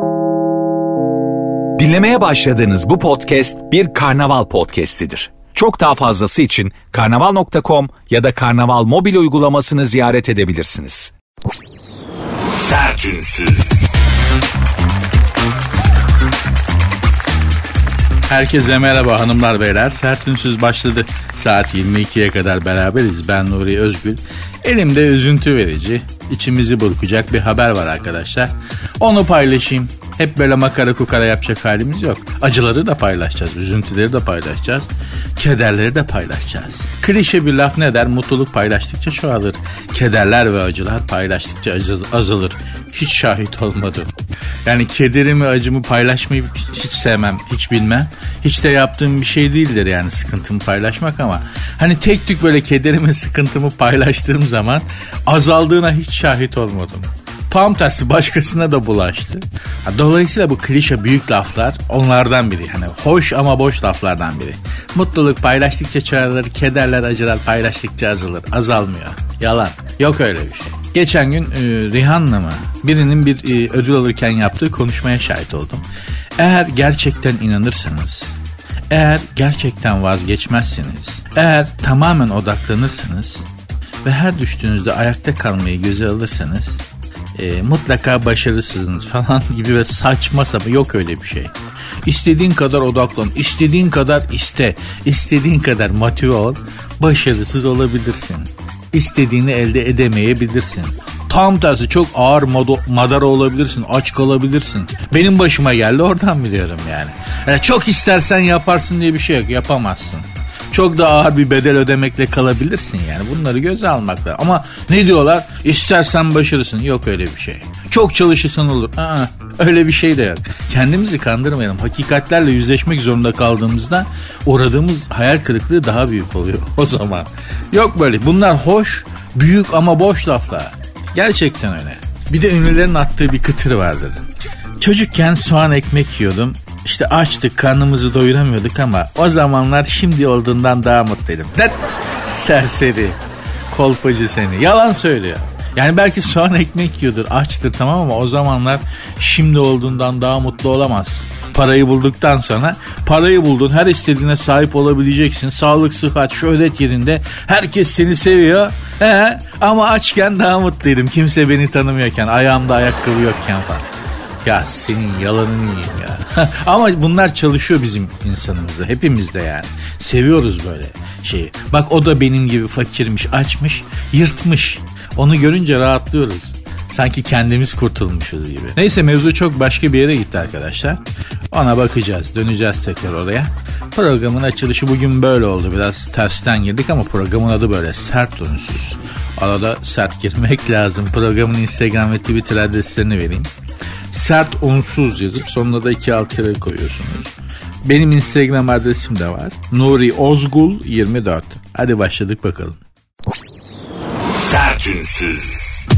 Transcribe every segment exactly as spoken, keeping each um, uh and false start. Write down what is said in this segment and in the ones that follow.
Dinlemeye başladığınız bu podcast bir karnaval podcastidir. Çok daha fazlası için karnaval nokta com ya da karnaval mobil uygulamasını ziyaret edebilirsiniz. Sertünsüz. Herkese merhaba hanımlar beyler. Sertünsüz başladı. Saat yirmi ikiye kadar beraberiz. Ben Nuri Özgül. Elimde üzüntü verici, içimizi burkacak bir haber var arkadaşlar. Onu paylaşayım. Hep böyle makara kukara yapacak halimiz yok. Acıları da paylaşacağız, üzüntüleri de paylaşacağız, kederleri de paylaşacağız. Klişe bir laf ne der? Mutluluk paylaştıkça çoğalır. Kederler ve acılar paylaştıkça azalır. Hiç şahit olmadım. Yani kederimi, acımı paylaşmayı hiç sevmem, hiç bilmem. Hiç de yaptığım bir şey değildir yani sıkıntımı paylaşmak, ama hani tek tük böyle kederimi, sıkıntımı paylaştığım zaman azaldığına hiç şahit olmadım. Tam tersi başkasına da bulaştı. Dolayısıyla bu klişe büyük laflar onlardan biri. Yani hoş ama boş laflardan biri. Mutluluk paylaştıkça çoğalır, kederler, acılar paylaştıkça azalır. Azalmıyor. Yalan. Yok öyle bir şey. Geçen gün e, Rihanna mı? Birinin bir e, ödül alırken yaptığı konuşmaya şahit oldum. Eğer gerçekten inanırsanız, eğer gerçekten vazgeçmezseniz, eğer tamamen odaklanırsınız ve her düştüğünüzde ayakta kalmayı göze alırsanız E, mutlaka başarısınız falan gibi ve saçma sapan, yok öyle bir şey. İstediğin kadar odaklan, istediğin kadar iste, istediğin kadar motive ol, başarısız olabilirsin. İstediğini elde edemeyebilirsin. Tam tersi çok ağır modo, madara olabilirsin, aç kalabilirsin. Benim başıma geldi, oradan biliyorum yani. Yani çok istersen yaparsın diye bir şey yok, yapamazsın. Çok da ağır bir bedel ödemekle kalabilirsin yani. Bunları göze almakla. Ama ne diyorlar? İstersen başarısın. Yok öyle bir şey. Çok çalışırsan olur. Aa, öyle bir şey de yok. Kendimizi kandırmayalım. Hakikatlerle yüzleşmek zorunda kaldığımızda uğradığımız hayal kırıklığı daha büyük oluyor o zaman. Yok böyle. Bunlar hoş, büyük ama boş laflar. Gerçekten öyle. Bir de ünlülerin attığı bir kıtır vardır. Çocukken soğan ekmek yiyordum. İşte açtık, karnımızı doyuramıyorduk ama o zamanlar şimdi olduğundan daha mutluydum. Det, serseri, kolpacı seni. Yalan söylüyor. Yani belki soğan ekmek yiyordur, açtır tamam, ama o zamanlar şimdi olduğundan daha mutlu olamaz. Parayı bulduktan sonra, parayı buldun, her istediğine sahip olabileceksin. Sağlık, sıhhat, şöhret yerinde. Herkes seni seviyor. He, ama açken daha mutluydum. Kimse beni tanımıyorken, ayağımda ayakkabı yokken falan. Ya senin yalanını yiyeyim ya. Ama bunlar çalışıyor bizim insanımızda. Hepimizde yani. Seviyoruz böyle şeyi. Bak o da benim gibi fakirmiş, açmış, yırtmış. Onu görünce rahatlıyoruz. Sanki kendimiz kurtulmuşuz gibi. Neyse, mevzu çok başka bir yere gitti arkadaşlar. Ona bakacağız. Döneceğiz tekrar oraya. Programın açılışı bugün böyle oldu. Biraz tersten girdik ama programın adı böyle. Sert unsuz. Arada sert girmek lazım. Programın Instagram ve Twitter adreslerini vereyim. Sert unsuz yazıp sonuna da iki alt tire koyuyorsunuz. Benim Instagram adresim de var. Nuri Ozgul yirmi dört. Hadi başladık bakalım. Sert unsuz.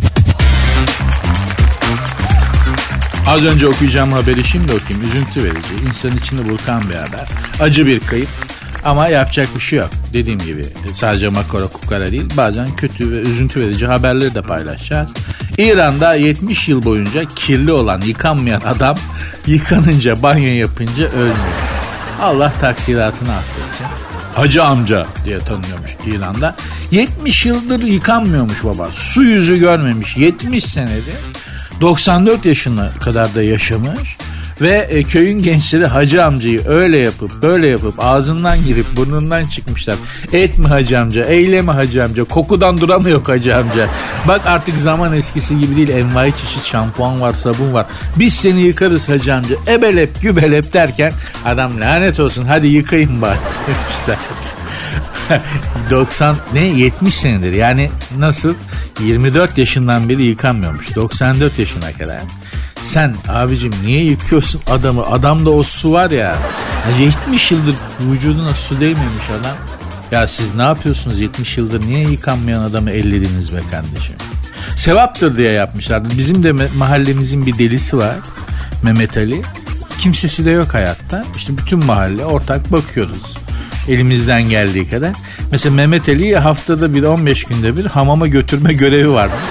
Az önce okuyacağım haberi şimdi okuyayım. Üzüntü verici, insan içini burkan bir haber. Acı bir kayıp. Ama yapacak bir şey yok. Dediğim gibi sadece makara kukara değil, bazen kötü ve üzüntü verici haberleri de paylaşacağız. İran'da yetmiş yıl boyunca kirli olan, yıkanmayan adam yıkanınca, banyo yapınca ölmüyor. Allah taksiratını affetsin. Hacı amca diye tanınıyormuş İran'da. yetmiş yıldır yıkanmıyormuş baba. Su yüzü görmemiş. yetmiş senedir. doksan dört yaşına kadar da yaşamış. Ve e, köyün gençleri hacı amcayı öyle yapıp böyle yapıp ağzından girip burnundan çıkmışlar. Etme hacı amca, eyleme hacı amca, kokudan duramıyor hacı amca. Bak artık zaman eskisi gibi değil, envai çeşit şampuan var, sabun var. Biz seni yıkarız hacı amca. Ebelep gübelep derken adam lanet olsun hadi yıkayın bari demişler. doksan ne yetmiş senedir yani, nasıl yirmi dört yaşından beri yıkanmıyormuş, doksan dört yaşına kadar. Sen abicim niye yıkıyorsun adamı? Adamda o su var ya. yetmiş yıldır vücuduna su değmemiş adam. Ya siz ne yapıyorsunuz yetmiş yıldır? Niye yıkanmayan adamı ellediniz be kardeşim? Sevaptır diye yapmışlardı. Bizim de mahallemizin bir delisi var. Mehmet Ali. Kimsesi de yok hayatta. İşte bütün mahalle ortak bakıyoruz. Elimizden geldiği kadar. Mesela Mehmet Ali'yi haftada bir, on beş günde bir hamama götürme görevi var.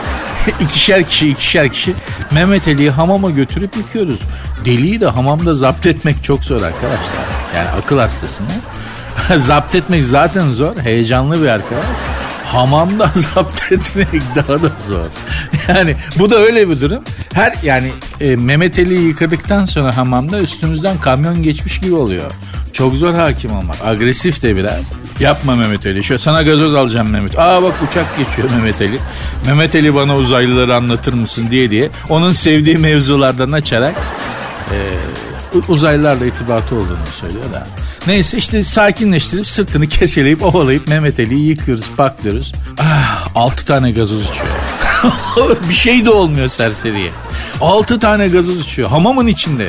ikişer kişi ikişer kişi Mehmet Ali'yi hamama götürüp yıkıyoruz. Deliyi de hamamda zapt etmek çok zor arkadaşlar. Yani akıl hastasını zapt etmek zaten zor. Heyecanlı bir arkadaş. Hamamda zapt etmek daha da zor. Yani bu da öyle bir durum. Her yani e, Mehmet Ali'yi yıkadıktan sonra hamamda üstümüzden kamyon geçmiş gibi oluyor. Çok zor hakim olmak. Agresif de biraz. Yapma Mehmet Ali. Şöyle sana gazoz alacağım Mehmet. Aa bak uçak geçiyor Mehmet Ali. Mehmet Ali bana uzaylıları anlatır mısın diye diye. Onun sevdiği mevzulardan açarak e, uzaylılarla irtibatı olduğunu söylüyor da. Neyse işte sakinleştirip sırtını keseleyip ovalayıp Mehmet Ali'yi yıkıyoruz, paklıyoruz. Ah, altı tane gazoz içiyor. Bir şey de olmuyor serseriye. Altı tane gazoz içiyor. Hamamın içinde.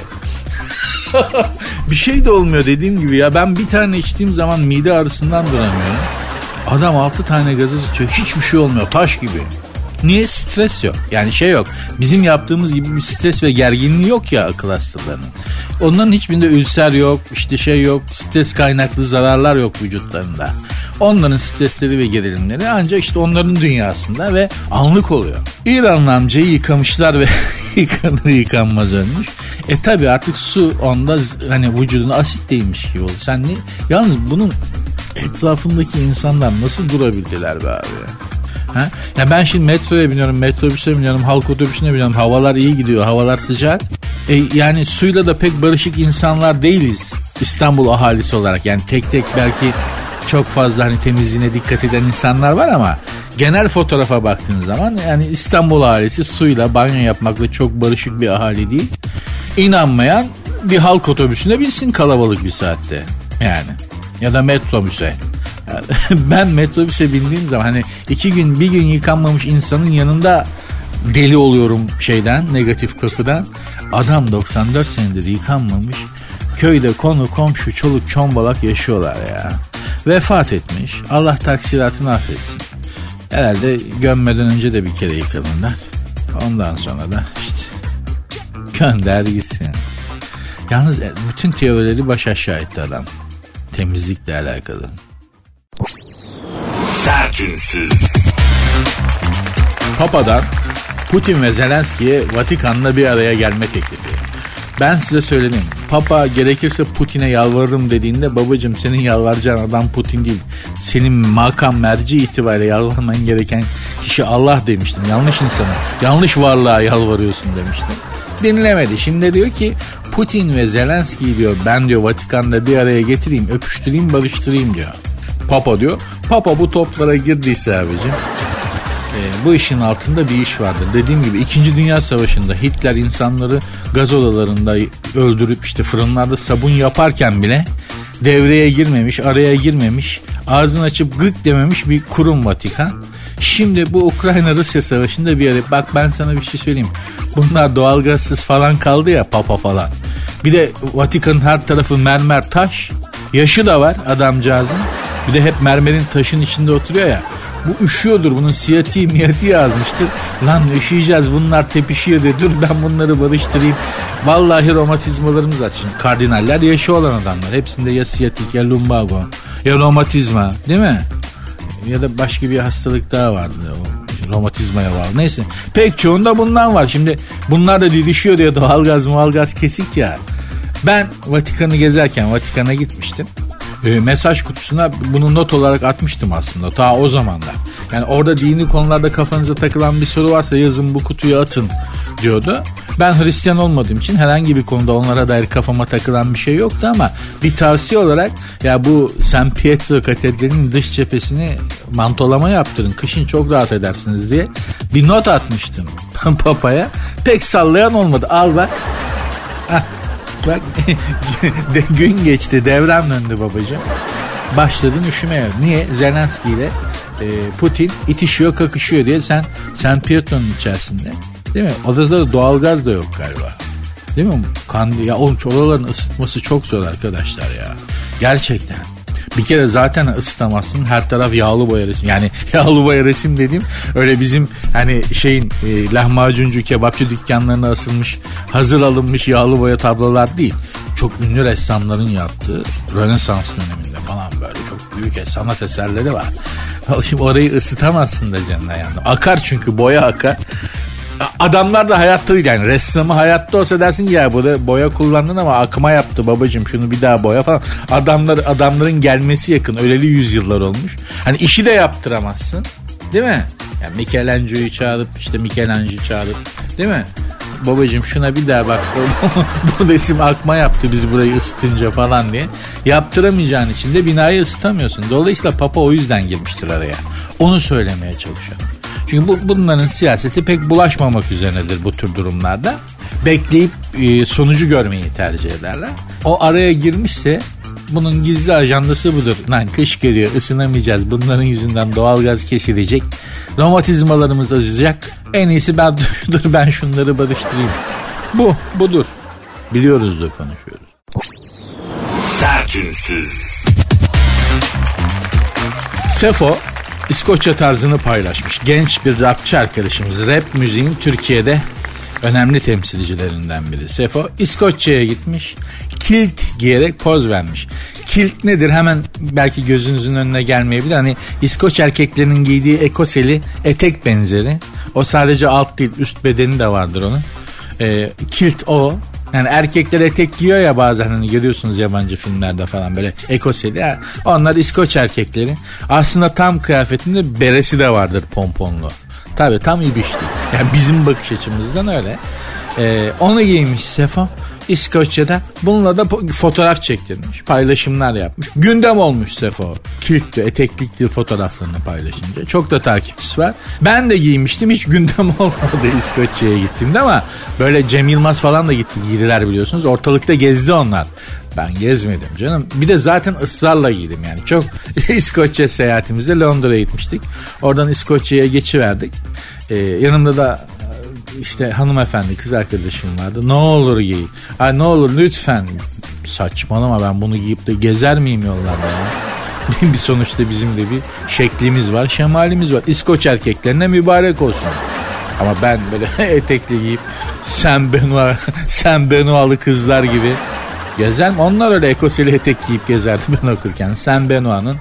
Bir şey de olmuyor dediğim gibi ya. Ben bir tane içtiğim zaman mide ağrısından duramıyorum. Adam altı tane gazoz içiyor. Hiçbir şey olmuyor. Taş gibi. Niye? Stres yok. Yani şey yok. Bizim yaptığımız gibi bir stres ve gerginliği yok ya akıl hastalarının. Onların hiçbirinde ülser yok, işte şey yok, stres kaynaklı zararlar yok vücutlarında. Onların stresleri ve gerilimleri ancak işte onların dünyasında ve anlık oluyor. İranlı amcayı yıkamışlar ve yıkanır yıkanmaz ölmüş. E tabi artık su onda hani vücuduna asit değmiş gibi oldu. Sen ne? Yalnız bunun etrafındaki insanlar nasıl durabildiler be abi? Ha? Ya ben şimdi metroya biniyorum, metrobüse biniyorum, halk otobüsüne biniyorum. Havalar iyi gidiyor, havalar sıcak. E, yani suyla da pek barışık insanlar değiliz İstanbul ahalisi olarak. Yani tek tek belki çok fazla hani temizliğine dikkat eden insanlar var ama genel fotoğrafa baktığın zaman yani İstanbul ahalisi suyla banyo yapmakla çok barışık bir ahali değil. İnanmayan bir halk otobüsüne binsin kalabalık bir saatte yani ya da metrobüse. Yani ben metrobüse bindiğim zaman hani iki gün bir gün yıkanmamış insanın yanında deli oluyorum şeyden, negatif kapıdan. Adam doksan dört senedir yıkanmamış. Köyde konu komşu çoluk çombalak yaşıyorlar ya. Vefat etmiş. Allah taksiratını affetsin. Herhalde gömmeden önce de bir kere yıkanırlar. Ondan sonra da işte gönder gitsin. Yalnız bütün teorileri baş aşağı etti adam. Temizlikle alakalı. Sertünsüz. Papa'dan Putin ve Zelenski'ye Vatikan'la bir araya gelme teklifi. Ben size söyledim. Papa gerekirse Putin'e yalvarırım dediğinde babacığım senin yalvaracağın adam Putin değil. Senin makam merci itibariyle yalvarman gereken kişi Allah demiştim. Yanlış insana, yanlış varlığa yalvarıyorsun demiştim. Dinlemedi. Şimdi diyor ki Putin ve Zelenski'yi diyor ben diyor Vatikan'da bir araya getireyim, öpüştüreyim, barıştırayım diyor. Papa diyor. Papa bu toplara girdiyse abicim e, bu işin altında bir iş vardır. Dediğim gibi İkinci Dünya Savaşı'nda Hitler insanları gaz odalarında öldürüp işte fırınlarda sabun yaparken bile devreye girmemiş, araya girmemiş, ağzını açıp gık dememiş bir kurum Vatikan. Şimdi bu Ukrayna-Rusya Savaşı'nda bir araya bak ben sana bir şey söyleyeyim. Bunlar doğalgazsız falan kaldı ya Papa falan. Bir de Vatikan'ın her tarafı mermer taş. Yaşı da var adamcağızın. Bir de hep mermerin taşın içinde oturuyor ya. Bu üşüyordur. Bunun siyatiği miyatiği yazmıştır. Lan üşüyeceğiz bunlar tepişiyor diye. Dur ben bunları barıştırayım. Vallahi romatizmalarımız açın. Kardinaller yaşı olan adamlar. Hepsinde ya siyatik ya lumbago ya romatizma değil mi? Ya da başka bir hastalık daha vardı. O romatizmaya bağlı. Neyse. Pek çoğunda bundan var. Şimdi bunlar da didişiyor diye doğalgaz mualgaz kesik ya. Ben Vatikan'ı gezerken Vatikan'a gitmiştim. E, mesaj kutusuna bunu not olarak atmıştım aslında ta o zamanlar. Yani orada dini konularda kafanıza takılan bir soru varsa yazın bu kutuyu atın diyordu. Ben Hristiyan olmadığım için herhangi bir konuda onlara dair kafama takılan bir şey yoktu ama bir tavsiye olarak ya bu San Pietro Katedrali'nin dış cephesini mantolama yaptırın. Kışın çok rahat edersiniz diye bir not atmıştım Papa'ya. Pek sallayan olmadı. Al bak. Hah. Bak gün geçti devrem döndü babacığım. Başladın üşümeye. Niye? Zelenski ile e, Putin itişiyor kakışıyor diye sen San Pietro'nun içerisinde. Değil mi? Odada da doğalgaz da yok galiba. Değil mi? Kandil, ya o oraların ısıtması çok zor arkadaşlar ya. Gerçekten. Bir kere zaten ısıtamazsın. Her taraf yağlı boya resim. Yani yağlı boya resim dediğim öyle bizim hani şeyin e, lahmacuncu kebapçı dükkanlarına asılmış hazır alınmış yağlı boya tablolar değil. Çok ünlü ressamların yaptığı Rönesans döneminde falan böyle çok büyük sanat eserleri var. Şimdi orayı ısıtamazsın da canına yani. Akar çünkü, boya akar. Adamlar da hayatta değil yani. Ressamı hayatta olsa dersin ki ya burada boya kullandın ama akıma yaptı babacığım, şunu bir daha boya falan. Adamlar adamların gelmesi yakın. Öleli yüzyıllar olmuş. Hani işi de yaptıramazsın. Değil mi? Yani Michelangelo'yu çağırıp işte Michelangelo'yu çağırıp değil mi? Babacığım şuna bir daha bak. Bu resim akma yaptı biz burayı ısıtınca falan diye. Yaptıramayacağın için de binayı ısıtamıyorsun. Dolayısıyla Papa o yüzden girmiştir araya. Onu söylemeye çalışıyorum. Çünkü bu, bunların siyaseti pek bulaşmamak üzerinedir bu tür durumlarda. Bekleyip e, sonucu görmeyi tercih ederler. O araya girmişse bunun gizli ajandası budur. Lan kış geliyor, ısınamayacağız. Bunların yüzünden doğalgaz kesilecek. Romatizmalarımız azalacak. En iyisi ben dur ben şunları barıştırayım. Bu, budur. Biliyoruz da konuşuyoruz. Sertünsüz. Sefo İskoçya tarzını paylaşmış. Genç bir rapçi arkadaşımız. Rap müziğin Türkiye'de önemli temsilcilerinden biri. Sefo İskoçya'ya gitmiş. Kilt giyerek poz vermiş. Kilt nedir? Hemen belki gözünüzün önüne gelmeyebilir. Hani İskoç erkeklerinin giydiği ekoseli etek benzeri. O sadece alt değil, üst bedeni de vardır onun. Ee, kilt o. Yani erkekler etek giyiyor ya bazen, hani görüyorsunuz yabancı filmlerde falan böyle ekoseli. Yani onlar İskoç erkekleri. Aslında tam kıyafetinde beresi de vardır pomponlu. Tabii tam ibişlik. Yani bizim bakış açımızdan öyle. Ee, onu giymiş Sefo İskoçya'da. Bununla da fotoğraf çektirmiş. Paylaşımlar yapmış. Gündem olmuş Sefo. Kiltli, eteklikli fotoğraflarını paylaşınca. Çok da takipçisi var. Ben de giymiştim. Hiç gündem olmadı İskoçya'ya gittiğimde ama böyle Cem Yılmaz falan da gitti. Giydiler biliyorsunuz. Ortalıkta gezdi onlar. Ben gezmedim canım. Bir de zaten ısrarla giydim yani. Çok İskoçya seyahatimizde Londra'ya gitmiştik. Oradan İskoçya'ya geçiverdik. Ee, yanımda da İşte hanımefendi, kız arkadaşım vardı. Ne olur giy. Ay ne olur lütfen. Saçmalama, ben bunu giyip de gezer miyim yollarda ya? Bir sonuçta bizim de bir şeklimiz var, şemalimiz var. İskoç erkeklerine mübarek olsun. Ama ben böyle etekli giyip Saint Benoît, Saint Benoît'lı kızlar gibi gezer mi? Onlar öyle ekoseli etek giyip gezerdi ben okurken. Saint Benoît'ın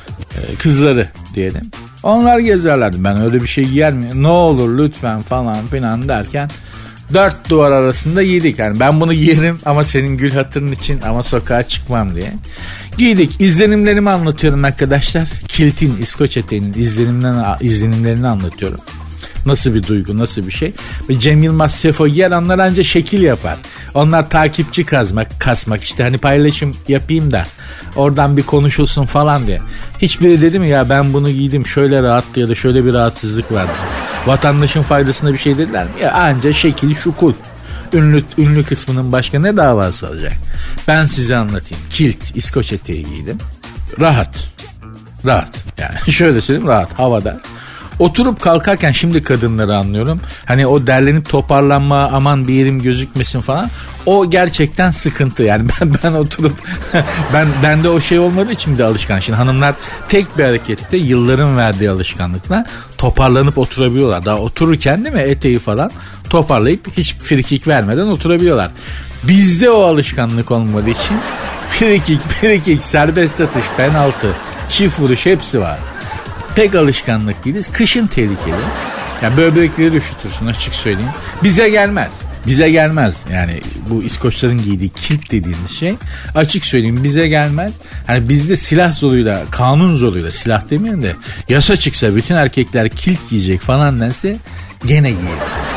e, kızları diyelim. Onlar gezerlerdi. Ben öyle bir şey giyer miyim? Ne olur lütfen falan filan derken dört duvar arasında giydik. Yani ben bunu giyerim ama senin gül hatırın için, ama sokağa çıkmam diye. Giydik. İzlenimlerimi anlatıyorum arkadaşlar. Kilt'in, İskoç eteğinin izlenimlerini anlatıyorum. Nasıl bir duygu, nasıl bir şey. Ve Cem Yılmaz, Sefo giyer, onlar anca şekil yapar. Onlar takipçi kazmak, kasmak, işte hani paylaşım yapayım da oradan bir konuşulsun falan diye. Hiçbiri dedi mi ya ben bunu giydim şöyle rahattı ya da şöyle bir rahatsızlık vardı. Vatandaşın faydasına bir şey dediler mi? Ya anca şekil şukul. Ünlü, ünlü kısmının başka ne davası olacak? Ben size anlatayım. Kilt, İskoç eteği giydim. Rahat. Rahat. Yani şöyle söyleyeyim, rahat havada. Oturup kalkarken şimdi kadınları anlıyorum. Hani o derlenip toparlanma, aman bir yerim gözükmesin falan. O gerçekten sıkıntı. Yani ben ben oturup ben bende o şey olmadığı için de alışkan. Şimdi hanımlar tek bir harekette yılların verdiği alışkanlıkla toparlanıp oturabiliyorlar. Daha otururken değil mi eteği falan toparlayıp hiç frikik vermeden oturabiliyorlar. Bizde o alışkanlık olmadığı için frikik, frikik, serbest atış, penaltı, çift vuruş hepsi var. Pek alışkanlık değiliz. Kışın tehlikeli. Yani böbrekleri üşütürsün, açık söyleyeyim. Bize gelmez. Bize gelmez. Yani bu İskoçların giydiği kilt dediğimiz şey, açık söyleyeyim, bize gelmez. Hani bizde silah zoruyla, kanun zoruyla, silah demeyelim de yasa çıksa bütün erkekler kilt giyecek falan dense gene giyebiliriz.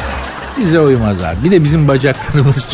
Bize uymaz abi. Bir de bizim bacaklarımız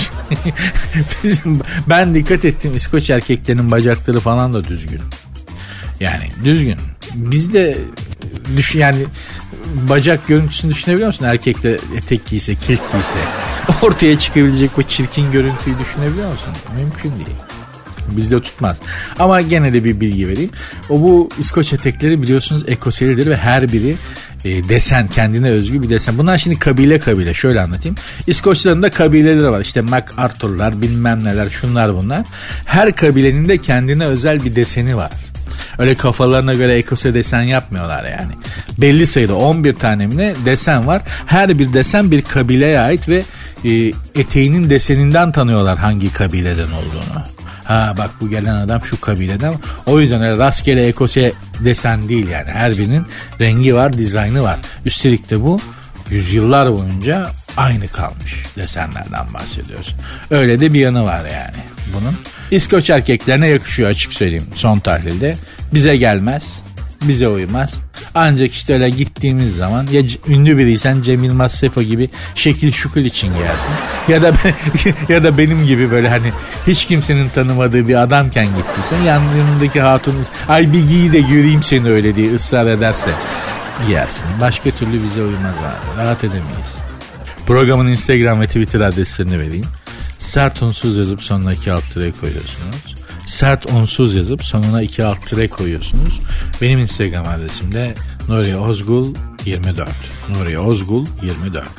bizim, ben dikkat ettim, İskoç erkeklerinin bacakları falan da düzgün. Yani düzgün. Bizde düş yani bacak görüntüsünü düşünebiliyor musun? Erkekler etek giyse, kilt giyse ortaya çıkabilecek o çirkin görüntüyü düşünebiliyor musun? Mümkün değil. Bizde tutmaz. Ama gene de bir bilgi vereyim. O bu İskoç etekleri biliyorsunuz ekoselidir ve her biri e, desen, kendine özgü bir desen. Bunlar şimdi kabile kabile. Şöyle anlatayım. İskoçların da kabileleri var. İşte MacArthur'lar, bilmem neler, şunlar bunlar. Her kabilenin de kendine özel bir deseni var. Öyle kafalarına göre ekose desen yapmıyorlar yani. Belli sayıda on bir tane mi ne desen var. Her bir desen bir kabileye ait ve e, eteğinin deseninden tanıyorlar hangi kabileden olduğunu. Ha bak bu gelen adam şu kabileden. O yüzden öyle rastgele ekose desen değil yani. Her birinin rengi var, dizaynı var. Üstelik de bu yüzyıllar boyunca aynı kalmış desenlerden bahsediyoruz. Öyle de bir yanı var yani bunun. İskoç erkeklerine yakışıyor açık söyleyeyim son tahlilde. Bize gelmez, bize uymaz. Ancak işte öyle gittiğimiz zaman ya ünlü biriysen Cem Yılmaz Sefo gibi şekil şukul için gelsin. Ya da ya da benim gibi böyle hani hiç kimsenin tanımadığı bir adamken gittiysen yanındaki hatun ay bir giy de göreyim seni öyle diye ısrar ederse giyersin. Başka türlü bize uymaz abi. Rahat edemeyiz. Programın Instagram ve Twitter adreslerini vereyim. Sert unsuz yazıp sonuna iki alt tire koyuyorsunuz. Sert unsuz yazıp sonuna iki alt tire koyuyorsunuz. Benim Instagram adresim de Nuri Ozgul yirmi dört. Nuri Ozgul yirmi dört.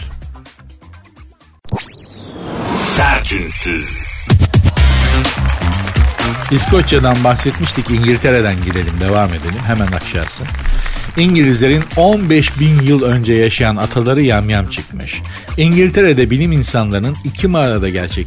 Sert unsuz. İskoçya'dan bahsetmiştik. İngiltere'den gidelim, devam edelim. Hemen aşağısı. İngilizlerin on beş bin yıl önce yaşayan ataları yamyam çıkmış. İngiltere'de bilim insanlarının iki mağarada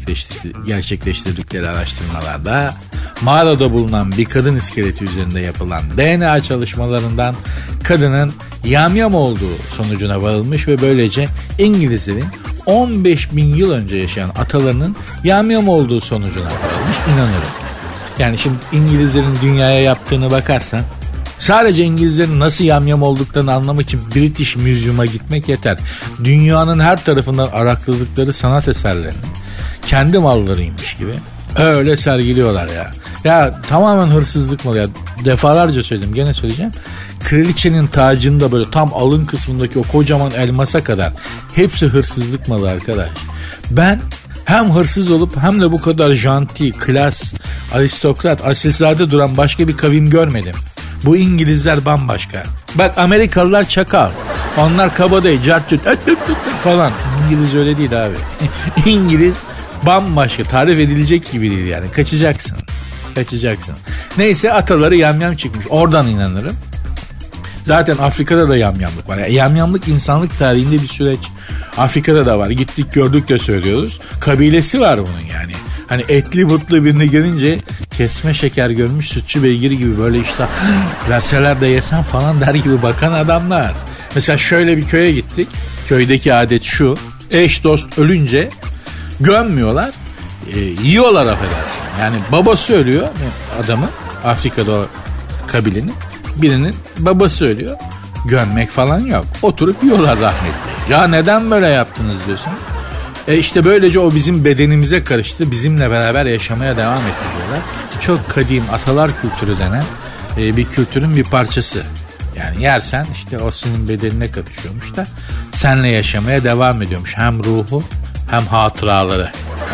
gerçekleştirdikleri araştırmalarda mağarada bulunan bir kadın iskeleti üzerinde yapılan D N A çalışmalarından kadının yamyam olduğu sonucuna varılmış ve böylece İngilizlerin on beş bin yıl önce yaşayan atalarının yamyam olduğu sonucuna varılmış, inanırım. Yani şimdi İngilizlerin dünyaya yaptığını bakarsan sadece İngilizlerin nasıl yamyam olduklarını anlamak için British Museum'a gitmek yeter. Dünyanın her tarafından arakladıkları sanat eserlerini kendi mallarıymış gibi öyle sergiliyorlar ya. Ya tamamen hırsızlık malı ya. Defalarca söyledim, gene söyleyeceğim. Kraliçenin tacında böyle tam alın kısmındaki o kocaman elmasa kadar hepsi hırsızlık malı arkadaş. Ben hem hırsız olup hem de bu kadar janti, klas, aristokrat, asilzade duran başka bir kavim görmedim. Bu İngilizler bambaşka. Bak Amerikalılar çakal. Onlar kabadayı, cartüt, falan. İngiliz öyle değil abi. İngiliz bambaşka. Tarif edilecek gibi değil yani. Kaçacaksın. Kaçacaksın. Neyse ataları yamyam çıkmış. Oradan inanırım. Zaten Afrika'da da yamyamlık var. Yani yamyamlık insanlık tarihinde bir süreç. Afrika'da da var. Gittik gördük de söylüyoruz. Kabilesi var bunun yani. Hani etli butlu birini görünce kesme şeker görmüş sütçü beygiri gibi böyle işte verseler de yesen falan der gibi bakan adamlar. Mesela şöyle bir köye gittik. Köydeki adet şu. Eş dost ölünce gömmüyorlar. E, yiyorlar affedersin. Yani babası ölüyor adamın. Afrika'da o kabilenin. Birinin babası ölüyor. Gömmek falan yok. Oturup yiyorlar rahmetli. Ya neden böyle yaptınız diyorsun. E işte böylece o bizim bedenimize karıştı. Bizimle beraber yaşamaya devam etti diyorlar. Çok kadim atalar kültürü denen e, bir kültürün bir parçası. Yani yersen işte o senin bedenine karışıyormuş da seninle yaşamaya devam ediyormuş. Hem ruhu hem hatıraları.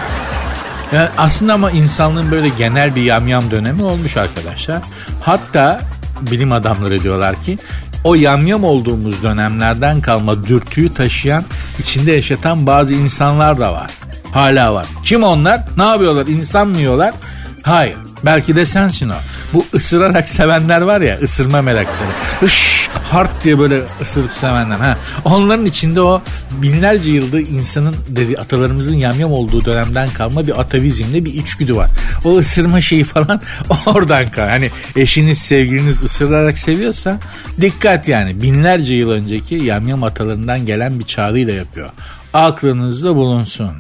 Yani aslında ama insanlığın böyle genel bir yamyam dönemi olmuş arkadaşlar. Hatta bilim adamları diyorlar ki o yamyam olduğumuz dönemlerden kalma dürtüyü taşıyan, içinde yaşatan bazı insanlar da var. Hala var. Kim onlar? Ne yapıyorlar? İnsan mı yiyorlar? Hayır. Belki de sensin o. Bu ısırarak sevenler var ya, ısırma melekleri. Hış, hart diye böyle ısırıp sevenler. Ha. Onların içinde o binlerce yıldır insanın dedi, atalarımızın yamyam olduğu dönemden kalma bir atavizmle bir içgüdü var. O ısırma şeyi falan oradan kal. Hani eşiniz, sevgiliniz ısırarak seviyorsa dikkat yani. Binlerce yıl önceki yamyam atalarından gelen bir çağrıyla yapıyor. Aklınızda bulunsun.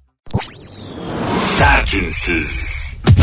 Sertünsüz.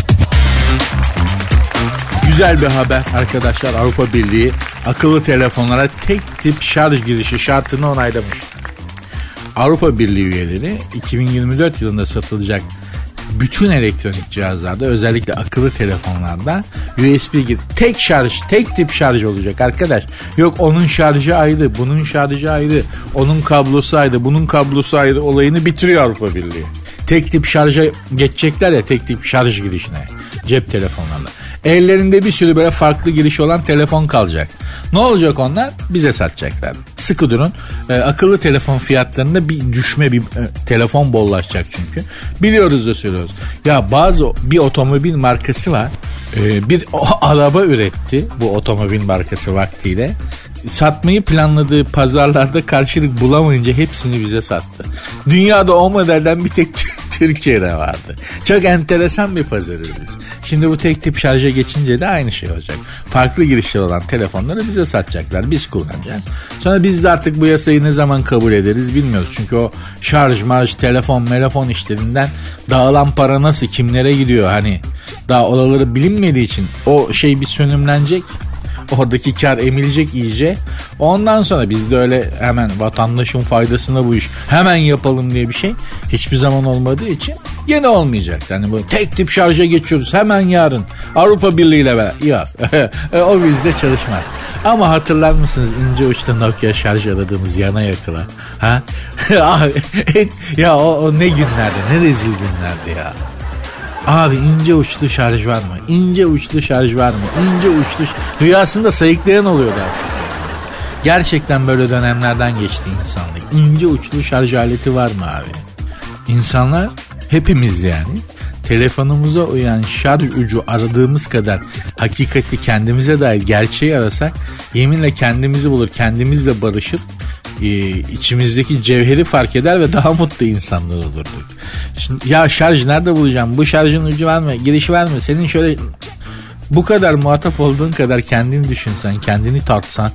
Güzel bir haber arkadaşlar. Avrupa Birliği akıllı telefonlara tek tip şarj girişi şartını onaylamış. Avrupa Birliği üyeleri iki bin yirmi dört yılında satılacak bütün elektronik cihazlarda, özellikle akıllı telefonlarda U S B tek şarj, tek tip şarj olacak arkadaş. Yok onun şarjı ayrı, bunun şarjı ayrı, onun kablosu ayrı, bunun kablosu ayrı olayını bitiriyor Avrupa Birliği. Tek tip şarja geçecekler ya, tek tip şarj girişine cep telefonlarında. Ellerinde bir sürü böyle farklı giriş olan telefon kalacak. Ne olacak onlar? Bize satacaklar. Sıkı durun. E, akıllı telefon fiyatlarında bir düşme, bir e, telefon bollaşacak çünkü. Biliyoruz da söylüyoruz. Ya bazı bir otomobil markası var. E, bir o, araba üretti bu otomobil markası vaktiyle. Satmayı planladığı pazarlarda karşılık bulamayınca hepsini bize sattı. Dünyada o modelden bir tek Türkiye'de vardı. Çok enteresan bir pazarız biz. Şimdi bu tek tip şarja geçince de aynı şey olacak. Farklı girişleri olan telefonları bize satacaklar. Biz kullanacağız. Sonra biz de artık bu yasayı ne zaman kabul ederiz bilmiyoruz. Çünkü o şarj, marj, telefon, telefon işlerinden dağılan para nasıl, kimlere gidiyor hani daha oraları bilinmediği için o şey bir sönümlenecek. Oradaki kar emilecek iyice. Ondan sonra bizde öyle hemen vatandaşın faydasına bu iş hemen yapalım diye bir şey hiçbir zaman olmadığı için gene olmayacak. Yani bu tek tip şarja geçiyoruz hemen yarın Avrupa Birliği ile beraber. Yok o bizde çalışmaz. Ama hatırlar mısınız ince uçlu Nokia şarj aradığımız yana yakıla? Ha? Ya o, o ne günlerdi, ne rezil günlerdi ya. Abi ince uçlu şarj var mı? İnce uçlu şarj var mı? İnce uçlu şarj... Rüyasında sayıklayan oluyordu artık. Gerçekten böyle dönemlerden geçti insanlık. İnce uçlu şarj aleti var mı abi? İnsanlar hepimiz yani telefonumuza uyan şarj ucu aradığımız kadar hakikati kendimize dair gerçeği arasak yeminle kendimizi bulur, kendimizle barışır. Ee, içimizdeki cevheri fark eder ve daha mutlu insanlar olurduk. Şimdi, ya şarj nerede bulacağım? Bu şarjın ucu var mı? Girişi var mı? Senin şöyle bu kadar muhatap olduğun kadar kendini düşünsen, kendini tartsan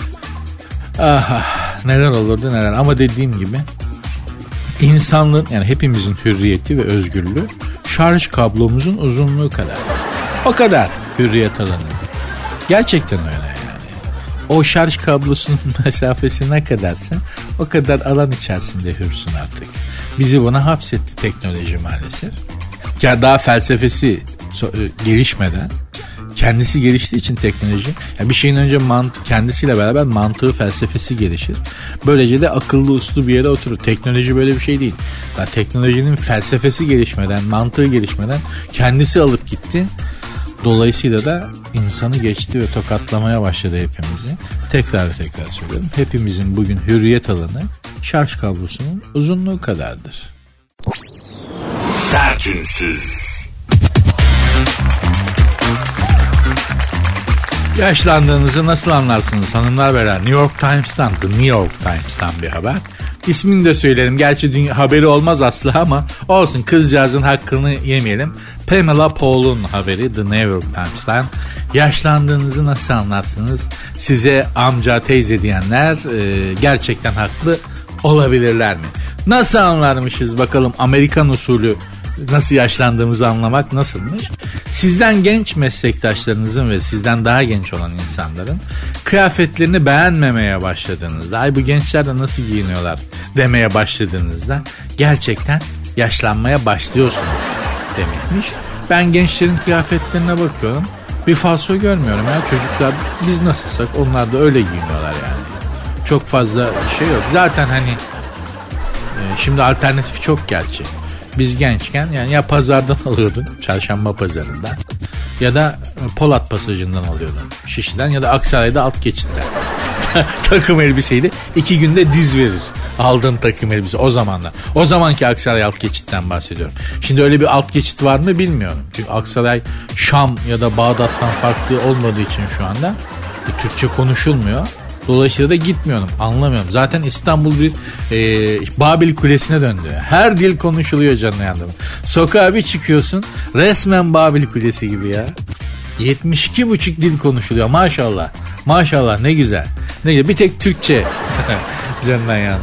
ah, ah, neler olurdu neler. Ama dediğim gibi insanlığın yani hepimizin hürriyeti ve özgürlüğü şarj kablomuzun uzunluğu kadar. O kadar hürriyet alanı. Gerçekten öyle. O şarj kablosunun mesafesi ne kadarsa o kadar alan içerisinde hürsün artık. Bizi buna hapsetti teknoloji maalesef. Ya daha felsefesi gelişmeden kendisi geliştiği için teknoloji yani bir şeyin önce mant- kendisiyle beraber mantığı felsefesi gelişir. Böylece de akıllı uslu bir yere oturur. Teknoloji böyle bir şey değil. Yani teknolojinin felsefesi gelişmeden, mantığı gelişmeden kendisi alıp gitti. Dolayısıyla da insanı geçti ve tokatlamaya başladı hepimizi. Tekrar tekrar söylüyorum. Hepimizin bugün hürriyet alanı şarj kablosunun uzunluğu kadardır. Sertünsüz. Yaşlandığınızı nasıl anlarsınız hanımlar beyler? New York Times'tan, The New York Times'tan bir haber. İsmini de söylerim. Gerçi dünya, haberi olmaz aslında ama olsun kızcağızın hakkını yemeyelim. Pamela Paul'un haberi The New York Times'tan. Yaşlandığınızı nasıl anlarsınız? Size amca teyze diyenler e, gerçekten haklı olabilirler mi? Nasıl anlarmışız bakalım Amerikan usulü nasıl yaşlandığımızı anlamak nasılmış? Sizden genç meslektaşlarınızın ve sizden daha genç olan insanların kıyafetlerini beğenmemeye başladığınızda, ay bu gençler de nasıl giyiniyorlar demeye başladığınızda gerçekten yaşlanmaya başlıyorsunuz demekmiş. Ben gençlerin kıyafetlerine bakıyorum. Bir falso görmüyorum ya. Çocuklar biz nasılsak onlar da öyle giyiniyorlar yani. Çok fazla şey yok. Zaten hani e, şimdi alternatif çok gerçi. Biz gençken yani ya pazardan alıyordun, çarşamba pazarından ya da Polat Pasajı'ndan alıyordun, Şişli'den ya da Aksaray'da alt geçitten. Takım elbiseydi iki günde diz verir aldığın takım elbise o zamanlar. O zamanki Aksaray alt geçitten bahsediyorum. Şimdi öyle bir alt geçit var mı bilmiyorum. Çünkü Aksaray Şam ya da Bağdat'tan farklı olmadığı için şu anda Türkçe konuşulmuyor. Dolayısıyla da gitmiyorum, anlamıyorum. Zaten İstanbul bir e, Babil Kulesi'ne döndü. Her dil konuşuluyor canına yandım. Sokağa bir çıkıyorsun resmen Babil Kulesi gibi ya. yetmiş iki buçuk dil konuşuluyor maşallah. Maşallah ne güzel. Ne güzel. Bir tek Türkçe. Canından yandım.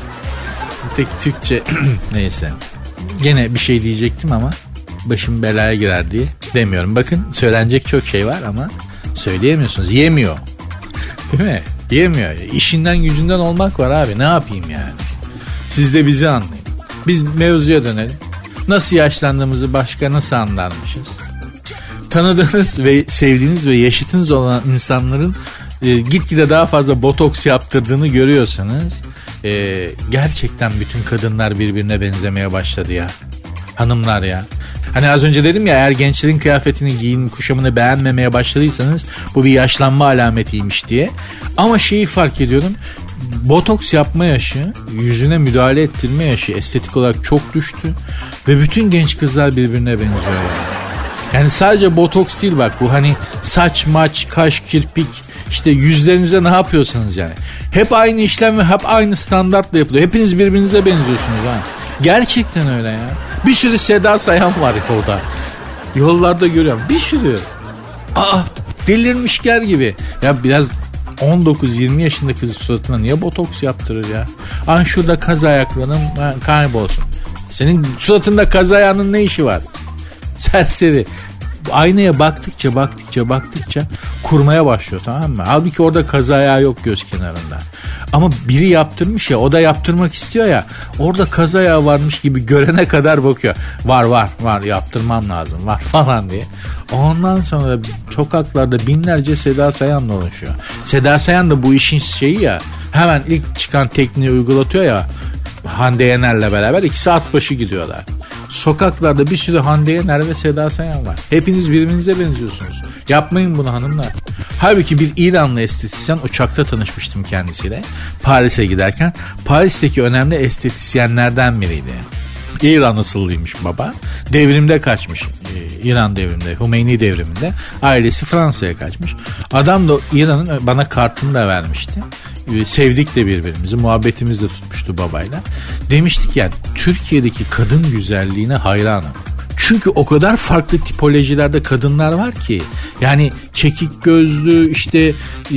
Bir tek Türkçe. Neyse. Gene bir şey diyecektim ama başım belaya girer diye demiyorum. Bakın söylenecek çok şey var ama söyleyemiyorsunuz. Yemiyor. Değil mi? Yemiyor. İşinden gücünden olmak var abi. Ne yapayım yani? Siz de bizi anlayın. Biz mevzuya dönelim. Nasıl yaşlandığımızı başka nasıl anlarmışız? Tanıdığınız ve sevdiğiniz ve yaşıtınız olan insanların e, gitgide daha fazla botoks yaptırdığını görüyorsanız e, gerçekten bütün kadınlar birbirine benzemeye başladı ya. Hanımlar ya. Hani az önce dedim ya eğer gençlerin kıyafetini, giyin, kuşamını beğenmemeye başladıysanız bu bir yaşlanma alametiymiş diye. Ama şeyi fark ediyorum. Botoks yapma yaşı, yüzüne müdahale ettirme yaşı estetik olarak çok düştü. Ve bütün genç kızlar birbirine benziyor. Yani sadece botoks değil bak bu hani saç, maç, kaş, kirpik işte yüzlerinize ne yapıyorsanız yani. Hep aynı işlem ve hep aynı standartla yapılıyor. Hepiniz birbirinize benziyorsunuz ha. Gerçekten öyle ya. Bir sürü Seda Sayan var yolda. Yollarda görüyorum. Bir sürü. Aa, delirmişler gibi. Ya biraz on dokuz yirmi yaşındaki kızın suratına niye botoks yaptırır ya? An şurada kaz ayaklarım kaybolsun. Senin suratında kaz ayağının ne işi var? Serseri. Aynaya baktıkça baktıkça baktıkça kurmaya başlıyor, tamam mı? Halbuki orada kaz ayağı yok göz kenarında. Ama biri yaptırmış ya, o da yaptırmak istiyor ya, orada kaz ayağı varmış gibi görene kadar bakıyor. Var var var yaptırmam lazım var falan diye. Ondan sonra sokaklarda binlerce Seda Sayan'la oluşuyor. Seda Sayan da bu işin şeyi ya, hemen ilk çıkan tekniği uygulatıyor ya, Hande Yener'le beraber ikisi at başı gidiyorlar. Sokaklarda bir sürü Hande Yener ve Seda Sayan var. Hepiniz birbirinize benziyorsunuz. Yapmayın bunu hanımlar. Halbuki bir İranlı estetisyen, uçakta tanışmıştım kendisiyle. Paris'e giderken. Paris'teki önemli estetisyenlerden biriydi. İran asıllıymış baba. Devrimde kaçmış. İran devriminde, Hümeyni devriminde. Ailesi Fransa'ya kaçmış. Adam da İran'ın bana kartını da vermişti. Sevdik de birbirimizi, muhabbetimiz de tutmuştu babayla. Demiştik yani, Türkiye'deki kadın güzelliğine hayranım. Çünkü o kadar farklı tipolojilerde kadınlar var ki. Yani çekik gözlü, işte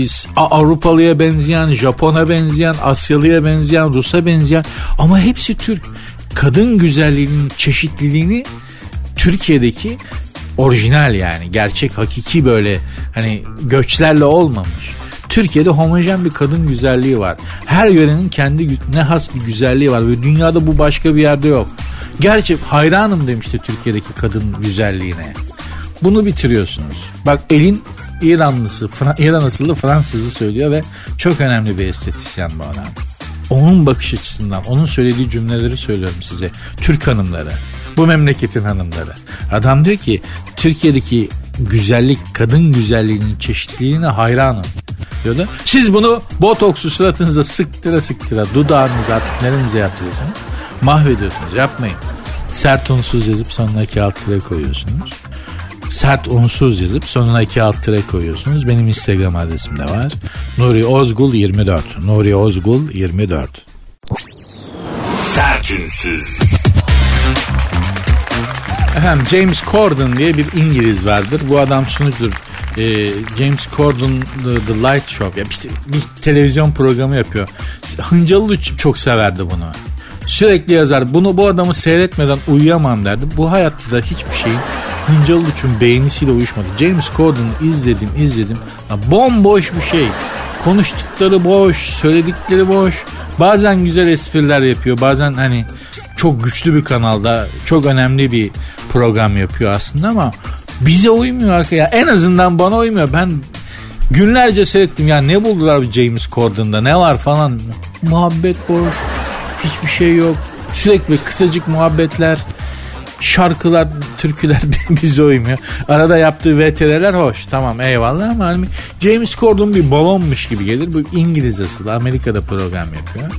Avrupalıya benzeyen, Japon'a benzeyen, Asyalıya benzeyen, Rus'a benzeyen, ama hepsi Türk. Kadın güzelliğinin çeşitliliğini Türkiye'deki orijinal, yani gerçek, hakiki, böyle hani göçlerle olmamış. Türkiye'de homojen bir kadın güzelliği var. Her yörenin kendi ne has bir güzelliği var ve dünyada bu başka bir yerde yok. Gerçi hayranım demişti Türkiye'deki kadın güzelliğine. Bunu bitiriyorsunuz. Bak, elin İranlısı, Fra- İran asıllı Fransızı söylüyor ve çok önemli bir estetisyen bu adam. Onun bakış açısından, onun söylediği cümleleri söylüyorum size. Türk hanımları, bu memleketin hanımları. Adam diyor ki, Türkiye'deki güzellik, kadın güzelliğinin çeşitliliğine hayranım diyordu. Siz bunu botoksu suratınıza sıktıra sıktıra, dudağınıza, artık nerenize yaptırıyorsunuz, mahvediyorsunuz. Yapmayın. Sert unsuz yazıp sonuna iki alt tire koyuyorsunuz. Sert unsuz yazıp sonuna iki alt tire koyuyorsunuz. Benim Instagram adresim de var. Nuri Ozgul yirmi dört. Nuri Ozgul yirmi dört. Sert unsuz. Efendim, James Corden diye bir İngiliz vardır. Bu adam sunucudur. Ee, James Corden The, The Light Show. Ya işte bir televizyon programı yapıyor. Hıncalı çok severdi bunu. Sürekli yazar. Bunu, bu adamı seyretmeden uyuyamam derdi. Bu hayatta da hiçbir şeyin Hıncalı üçün beğenisiyle uyuşmadı. James Corden'ı izledim izledim. Ya bomboş bir şey. Konuştukları boş, söyledikleri boş. Bazen güzel espriler yapıyor. Bazen hani çok güçlü bir kanalda çok önemli bir program yapıyor aslında, ama bize uymuyor arkaya. En azından bana uymuyor. Ben günlerce seyrettim ya, ne buldular bu James Corden'da, ne var falan. Muhabbet boş. Hiçbir şey yok. Sürekli kısacık muhabbetler, şarkılar, türküler bize uymuyor. Arada yaptığı V T R'ler hoş. Tamam, eyvallah, ama hani James Corden bir balonmuş gibi gelir. Bu İngiliz asıllı, Amerika'da program yapıyor.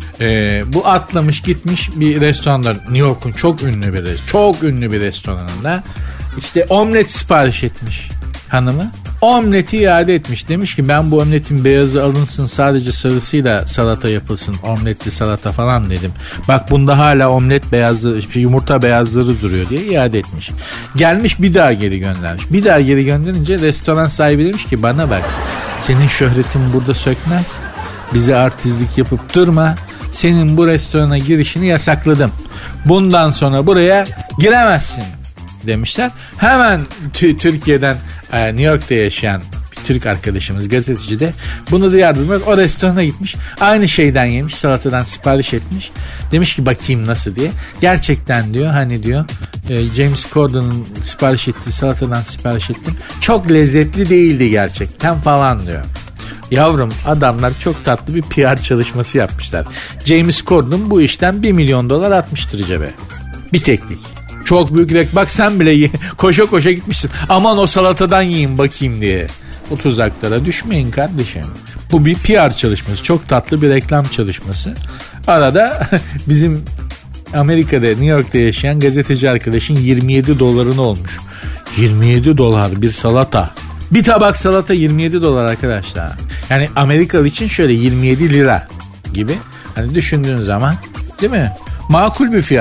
Ee, bu atlamış gitmiş bir restoranda, New York'un çok ünlü bir çok ünlü bir restoranında işte omlet sipariş etmiş hanımı. Omleti iade etmiş. Demiş ki, ben bu omletin beyazı alınsın, sadece sarısıyla salata yapılsın, omletli salata falan dedim. Bak, bunda hala omlet beyazı, yumurta beyazları duruyor diye iade etmiş. Gelmiş bir daha geri göndermiş. Bir daha geri gönderince restoran sahibi demiş ki, bana bak, senin şöhretin burada sökmez. Bize artistlik yapıp durma. Senin bu restorana girişini yasakladım. Bundan sonra buraya giremezsin demişler. Hemen t- Türkiye'den e, New York'ta yaşayan bir Türk arkadaşımız, gazeteci de bunu duyardığımız o restorana gitmiş. Aynı şeyden yemiş, salatadan sipariş etmiş. Demiş ki, bakayım nasıl diye. Gerçekten diyor, hani diyor e, James Corden'ın sipariş ettiği salatadan sipariş ettim. Çok lezzetli değildi gerçekten falan diyor. Yavrum, adamlar çok tatlı bir P R çalışması yapmışlar. James Corden bu işten bir milyon dolar atmıştır cebe. Bir teknik. Çok büyük reklam. Bak, sen bile ye, koşa koşa gitmişsin. Aman o salatadan yiyin bakayım diye. O tuzaklara düşmeyin kardeşim. Bu bir P R çalışması. Çok tatlı bir reklam çalışması. Arada bizim Amerika'da, New York'ta yaşayan gazeteci arkadaşın yirmi yedi dolarını olmuş. yirmi yedi dolar bir salata. Bir tabak salata yirmi yedi dolar arkadaşlar. Yani Amerikalı için şöyle yirmi yedi lira gibi. Hani düşündüğün zaman, değil mi? Makul bir fiyat.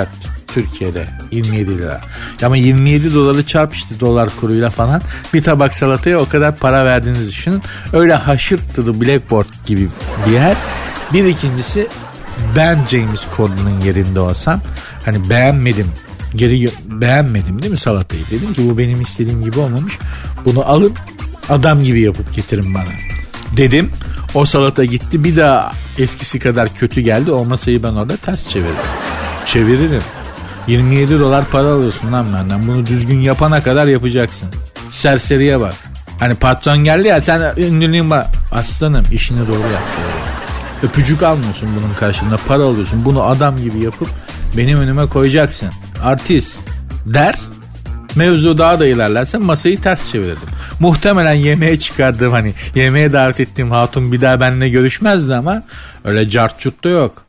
Türkiye'de yirmi yedi lira. Ama yirmi yedi doları çarp işte dolar kuruyla falan. Bir tabak salataya o kadar para verdiğinizi düşünün. Öyle haşırttılı Blackboard gibi bir yer. Bir ikincisi ben James Corden'ın yerinde olsam hani beğenmedim. Geri beğenmedim değil mi salatayı? Dedim ki bu benim istediğim gibi olmamış. Bunu alın adam gibi yapıp getirin bana. Dedim. O salata gitti. Bir daha eskisi kadar kötü geldi. O masayı ben orada ters çevirdim. Çeviririm. yirmi yedi dolar para alıyorsun lan benden. Bunu düzgün yapana kadar yapacaksın. Serseriye bak. Hani patron geldi ya sen ünlülüğün var. Aslanım işini doğru yap. Öpücük almıyorsun bunun karşılığında. Para alıyorsun. Bunu adam gibi yapıp benim önüme koyacaksın. Artist der. Mevzu daha da ilerlerse masayı ters çevirirdim. Muhtemelen yemeğe çıkardığım hani yemeğe davet ettiğim hatun bir daha benimle görüşmezdi ama öyle cart curt da yok.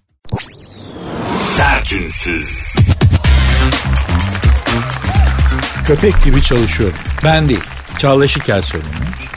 Sertünsüz. Köpek gibi çalışıyorum. Ben değil. Çağla Şikel söylüyor.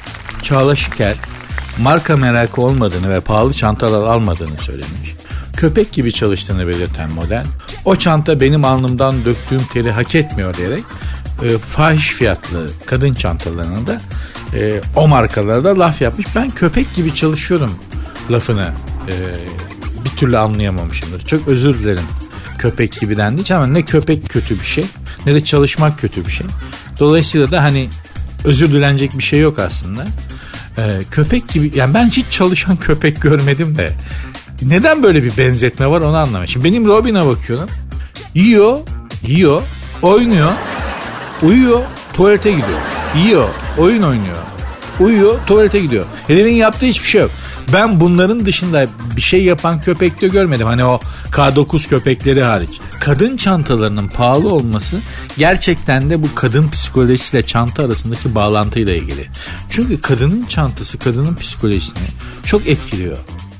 Çağla Şikel marka merakı olmadığını ve pahalı çantalar almadığını söylemiş. Köpek gibi çalıştığını belirten model. O çanta benim alnımdan döktüğüm teri hak etmiyor diyerek e, fahiş fiyatlı kadın çantalarına da e, o markalara da laf yapmış. Ben köpek gibi çalışıyorum lafını e, bir türlü anlayamamışımdır. Çok özür dilerim köpek gibi dendiği için ama ne köpek kötü bir şey ne de çalışmak kötü bir şey. Dolayısıyla da hani özür dilenecek bir şey yok aslında. E, köpek gibi yani ben hiç çalışan köpek görmedim de neden böyle bir benzetme var onu anlamadım. Şimdi benim Robin'e bakıyorum. Yiyor, yiyor, oynuyor, uyuyor, tuvalete gidiyor. Yiyor, oyun oynuyor, uyuyor, tuvalete gidiyor. Herifin yaptığı hiçbir şey yok. Ben bunların dışında bir şey yapan köpek de görmedim. Hani o K dokuz köpekleri hariç. Kadın çantalarının pahalı olması gerçekten de bu kadın psikolojisiyle çanta arasındaki bağlantıyla ilgili. Çünkü kadının çantası kadının psikolojisini çok etkiliyor.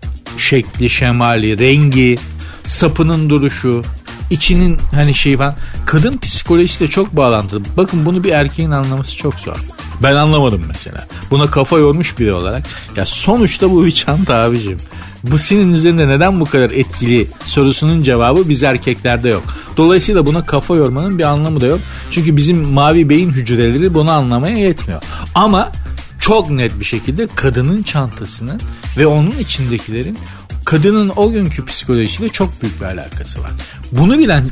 Şekli, şemali, rengi, sapının duruşu, içinin hani şey falan. Kadın psikolojisiyle çok bağlantılı. Bakın bunu bir erkeğin anlaması çok zor. Ben anlamadım mesela. Buna kafa yormuş biri olarak. Ya sonuçta bu bir çanta abicim. Bu senin üzerinde neden bu kadar etkili sorusunun cevabı biz erkeklerde yok. Dolayısıyla buna kafa yormanın bir anlamı da yok. Çünkü bizim mavi beyin hücreleri bunu anlamaya yetmiyor. Ama çok net bir şekilde kadının çantasının ve onun içindekilerin kadının o günkü psikolojisiyle çok büyük bir alakası var. Bunu bilen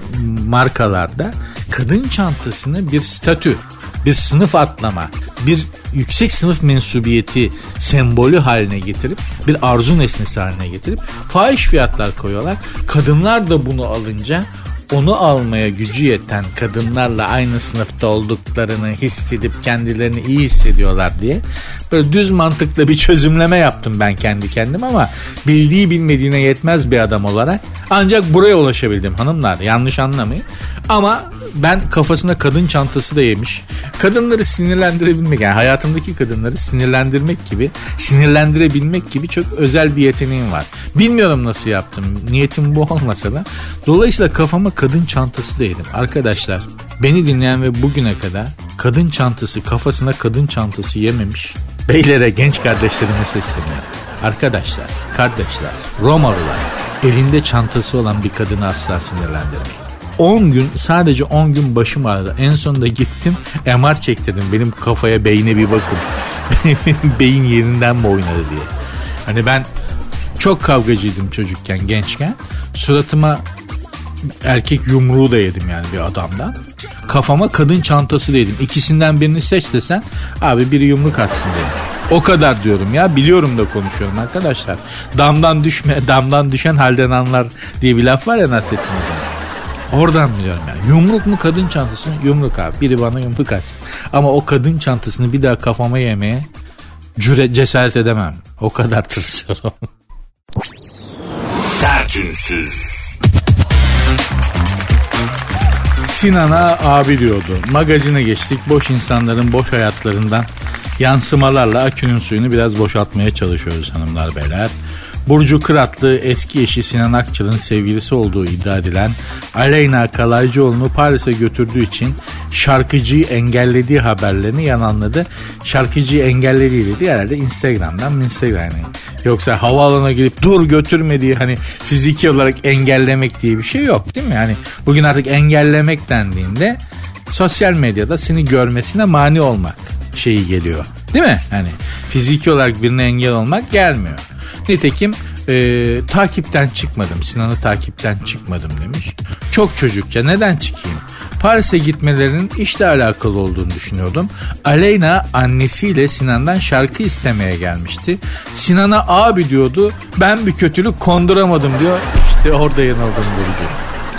markalarda kadın çantasını bir statü, bir sınıf atlama, bir yüksek sınıf mensubiyeti sembolü haline getirip bir arzu nesnesi haline getirip fahiş fiyatlar koyuyorlar. Kadınlar da bunu alınca onu almaya gücü yeten kadınlarla aynı sınıfta olduklarını hissedip kendilerini iyi hissediyorlar diye böyle düz mantıkla bir çözümleme yaptım ben kendi kendime ama bildiği bilmediğine yetmez bir adam olarak ancak buraya ulaşabildim hanımlar, yanlış anlamayın. Ama ben kafasına kadın çantası da yemiş. Kadınları sinirlendirebilmek, yani hayatımdaki kadınları sinirlendirmek gibi, sinirlendirebilmek gibi çok özel bir yeteneğim var. Bilmiyorum nasıl yaptım. Niyetim bu olmasa da. Dolayısıyla kafama kadın çantası da yedim. Arkadaşlar, beni dinleyen ve bugüne kadar kadın çantası, kafasına kadın çantası yememiş beylere, genç kardeşlerime sesleniyorum. Arkadaşlar, kardeşler, Romalılar elinde çantası olan bir kadını asla sinirlendirmeyin. on gün, sadece on gün başım ağrıdı. En sonunda gittim M R çektirdim. Benim kafaya, beyne bir bakın. Benim beyin yerinden mi oynadı diye. Hani ben çok kavgacıydım çocukken, gençken. Suratıma erkek yumruğu da yedim yani bir adamdan. Kafama kadın çantası da yedim. İkisinden birini seç desen abi biri yumruk atsın dedim. O kadar diyorum ya, biliyorum da konuşuyorum arkadaşlar. Damdan düşme, damdan düşen halden anlar diye bir laf var ya Nasrettin Hoca'nın. Oradan biliyorum yani. Yumruk mu kadın çantası mı? Yumruk abi. Biri bana yumruk atsın. Ama o kadın çantasını bir daha kafama yemeye cüret, cesaret edemem. O kadar tırsıyorum. Sertünsüz. Sinan'a abi diyordu. Magazine geçtik. Boş insanların boş hayatlarından yansımalarla akünün suyunu biraz boşaltmaya çalışıyoruz hanımlar beyler. Burcu Kıratlı eski eşi Sinan Akçıl'ın sevgilisi olduğu iddia edilen Aleyna Kalaycıoğlu'nu Paris'e götürdüğü için şarkıcıyı engellediği haberlerini yalanladı. Şarkıcıyı engellediği dedi herhalde Instagram'dan Instagram'dan. Yoksa havaalanına gidip dur götürme diye hani fiziki olarak engellemek diye bir şey yok değil mi? Yani bugün artık engellemek dendiğinde sosyal medyada seni görmesine mani olmak şeyi geliyor. Değil mi? Hani fiziki olarak birine engel olmak gelmiyor. Nitekim e, takipten çıkmadım. Sinan'ı takipten çıkmadım demiş. Çok çocukça neden çıkayım? Paris'e gitmelerinin işle alakalı olduğunu düşünüyordum. Aleyna annesiyle Sinan'dan şarkı istemeye gelmişti. Sinan'a abi diyordu. Ben bir kötülük konduramadım diyor. İşte orada yanıldım Burcu.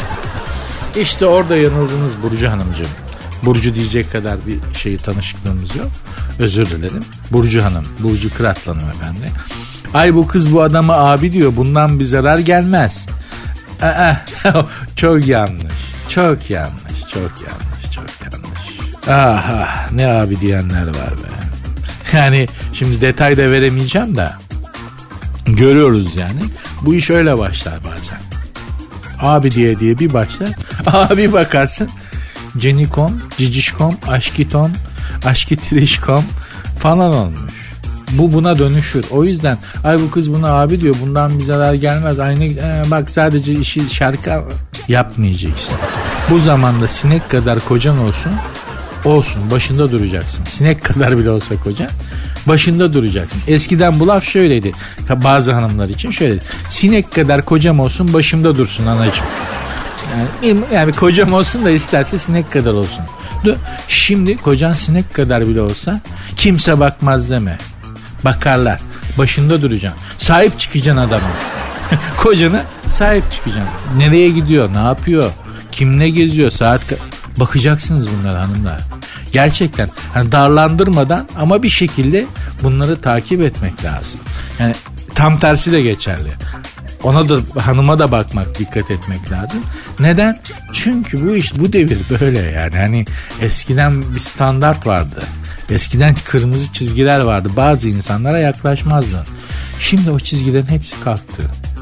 İşte orada yanıldınız Burcu Hanımcığım. Burcu diyecek kadar bir şeyi tanışıklığımız yok. Özür dilerim. Burcu Hanım, Burcu Kıratlı Hanım efendi. Ay bu kız bu adama abi diyor. Bundan bir zarar gelmez. Aa, çok yanlış. Çok yanlış. Çok yanlış. Çok yanlış. Ah, ah ne abi diyenler var be. Yani şimdi detay da veremeyeceğim de. Görüyoruz yani. Bu iş öyle başlar bazen. Abi diye diye bir başlar. Abi bakarsın. Cenikom, Cicişkom, Aşkitom, Aşkitrişkom falan olmuş. Bu buna dönüşür. O yüzden ay bu kız buna abi diyor. Bundan bir zarar gelmez. Aynı e, bak sadece işi şarkı yapmayacaksın. Bu zamanda sinek kadar kocan olsun. Olsun. Başında duracaksın. Sinek kadar bile olsa kocan. Başında duracaksın. Eskiden bu laf şöyleydi. Tabi bazı hanımlar için şöyleydi. Sinek kadar kocam olsun başımda dursun anacığım. Yani, yani kocam olsun da isterse sinek kadar olsun. Şimdi kocan sinek kadar bile olsa kimse bakmaz deme. Bakarlar. Başında duracaksın. Sahip çıkacaksın adama. Kocana sahip çıkacaksın. Nereye gidiyor? Ne yapıyor? Kimle geziyor? Saat ka- bakacaksınız bunlara hanımlar. Gerçekten hani darlandırmadan ama bir şekilde bunları takip etmek lazım. Yani tam tersi de geçerli. Ona da hanıma da bakmak, dikkat etmek lazım. Neden? Çünkü bu iş bu devir böyle yani. Hani eskiden bir standart vardı. Eskiden kırmızı çizgiler vardı. Bazı insanlara yaklaşmazdı. Şimdi o çizgilerin hepsi kalktı.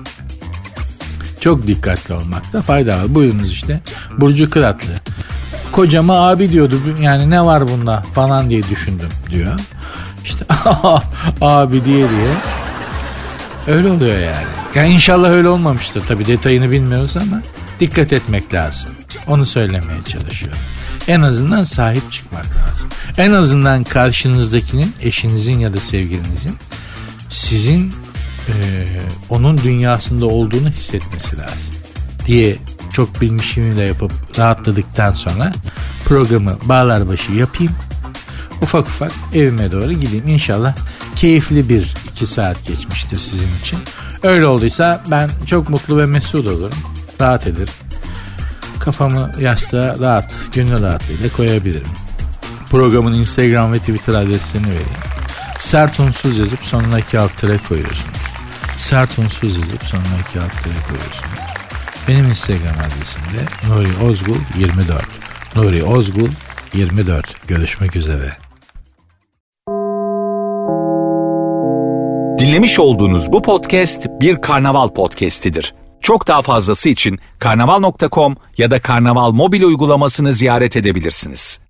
Çok dikkatli olmakta fayda var. Buyurunuz işte. Burcu Kıratlı. Kocama abi diyordu. Yani ne var bunda falan diye düşündüm diyor. İşte abi diye diye. Öyle oluyor yani. Yani inşallah öyle olmamıştır. Tabii detayını bilmiyoruz ama dikkat etmek lazım. Onu söylemeye çalışıyorum. En azından sahip çıkmak lazım. En azından karşınızdakinin, eşinizin ya da sevgilinizin sizin e, onun dünyasında olduğunu hissetmesi lazım diye çok bilmişimi de yapıp rahatladıktan sonra programı bağlarbaşı yapayım. Ufak ufak evime doğru gideyim. İnşallah keyifli bir iki saat geçmiştir sizin için. Öyle olduysa ben çok mutlu ve mesut olurum. Rahat ederim. Kafamı yastığa rahat, gönül rahatlığıyla koyabilirim. Programın Instagram ve Twitter adreslerini vereyim. Sert unsuz yazıp sonuna iki alt tere koyuyorsunuz. Sert unsuz yazıp sonuna iki alt tere koyuyorsunuz. Benim Instagram adresim de Nuri Ozgul yirmi dört. Nuri Ozgul yirmi dört. Görüşmek üzere. Dinlemiş olduğunuz bu podcast bir karnaval podcastidir. Çok daha fazlası için karnaval nokta com ya da karnaval mobil uygulamasını ziyaret edebilirsiniz.